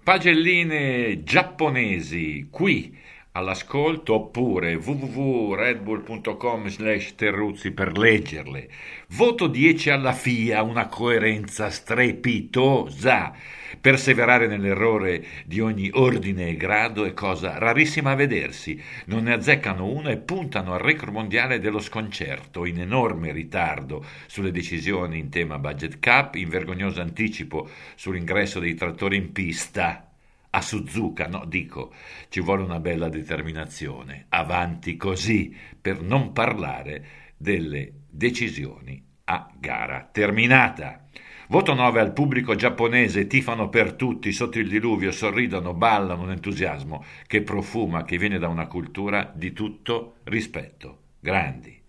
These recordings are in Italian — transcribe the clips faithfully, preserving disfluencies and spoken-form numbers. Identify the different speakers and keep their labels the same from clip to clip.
Speaker 1: Pagelline giapponesi qui all'ascolto oppure w w w punto redbull punto com slash terruzzi per leggerle. Voto dieci alla F I A, una coerenza strepitosa. Perseverare nell'errore di ogni ordine e grado è cosa rarissima a vedersi. Non ne azzeccano uno e puntano al record mondiale dello sconcerto, in enorme ritardo sulle decisioni in tema budget cap, in vergognoso anticipo sull'ingresso dei trattori in pista. A Suzuka, no, dico, ci vuole una bella determinazione. Avanti così, per non parlare delle decisioni a gara terminata. Voto nove al pubblico giapponese, tifano per tutti, sotto il diluvio, sorridono, ballano, un entusiasmo che profuma, che viene da una cultura di tutto rispetto. Grandi.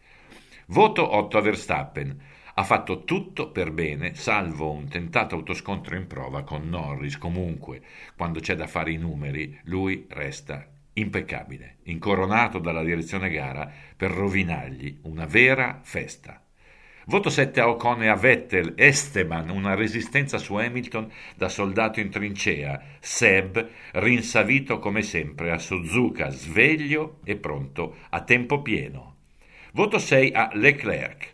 Speaker 1: Voto otto a Verstappen. Ha fatto tutto per bene, salvo un tentato autoscontro in prova con Norris. Comunque, quando c'è da fare i numeri, lui resta impeccabile, incoronato dalla direzione gara per rovinargli una vera festa. Voto sette a Ocon e a Vettel. Esteban, una resistenza su Hamilton da soldato in trincea. Seb, rinsavito come sempre a Suzuka, sveglio e pronto a tempo pieno. Voto sei a Leclerc.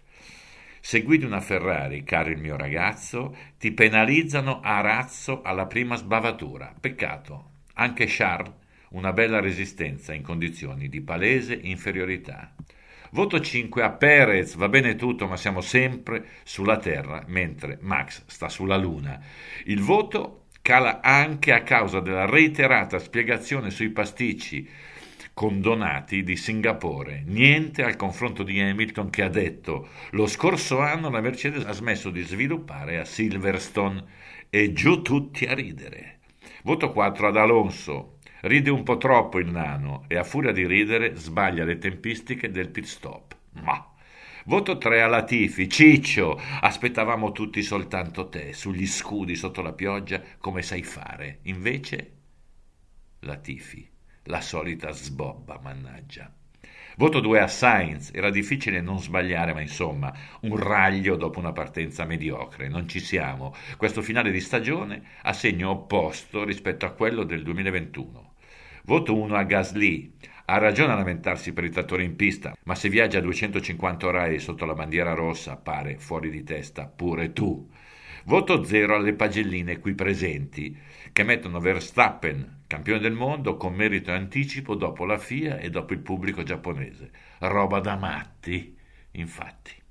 Speaker 1: Se guidi una Ferrari, caro il mio ragazzo, ti penalizzano a razzo alla prima sbavatura. Peccato. Anche Charles, una bella resistenza in condizioni di palese inferiorità. Voto cinque a Perez. Va bene tutto, ma siamo sempre sulla terra, mentre Max sta sulla luna. Il voto cala anche a causa della reiterata spiegazione sui pasticci condonati di Singapore. Niente al confronto di Hamilton, che ha detto: lo scorso anno la Mercedes ha smesso di sviluppare a Silverstone, e giù tutti a ridere. Voto quattro ad Alonso. Ride un po' troppo il nano e a furia di ridere sbaglia le tempistiche del pit stop. Ma voto tre a Latifi. Ciccio, aspettavamo tutti soltanto te sugli scudi sotto la pioggia, come sai fare. Invece Latifi, la solita sbobba, mannaggia. Voto due a Sainz. Era difficile non sbagliare, ma insomma, un raglio dopo una partenza mediocre. Non ci siamo. Questo finale di stagione ha segno opposto rispetto a quello del duemilaventuno. Voto uno a Gasly. Ha ragione a lamentarsi per i trattori in pista, ma se viaggia a duecentocinquanta orari sotto la bandiera rossa pare fuori di testa pure tu. Voto zero alle pagelline qui presenti, che mettono Verstappen campione del mondo con merito e anticipo dopo la F I A e dopo il pubblico giapponese. Roba da matti, infatti.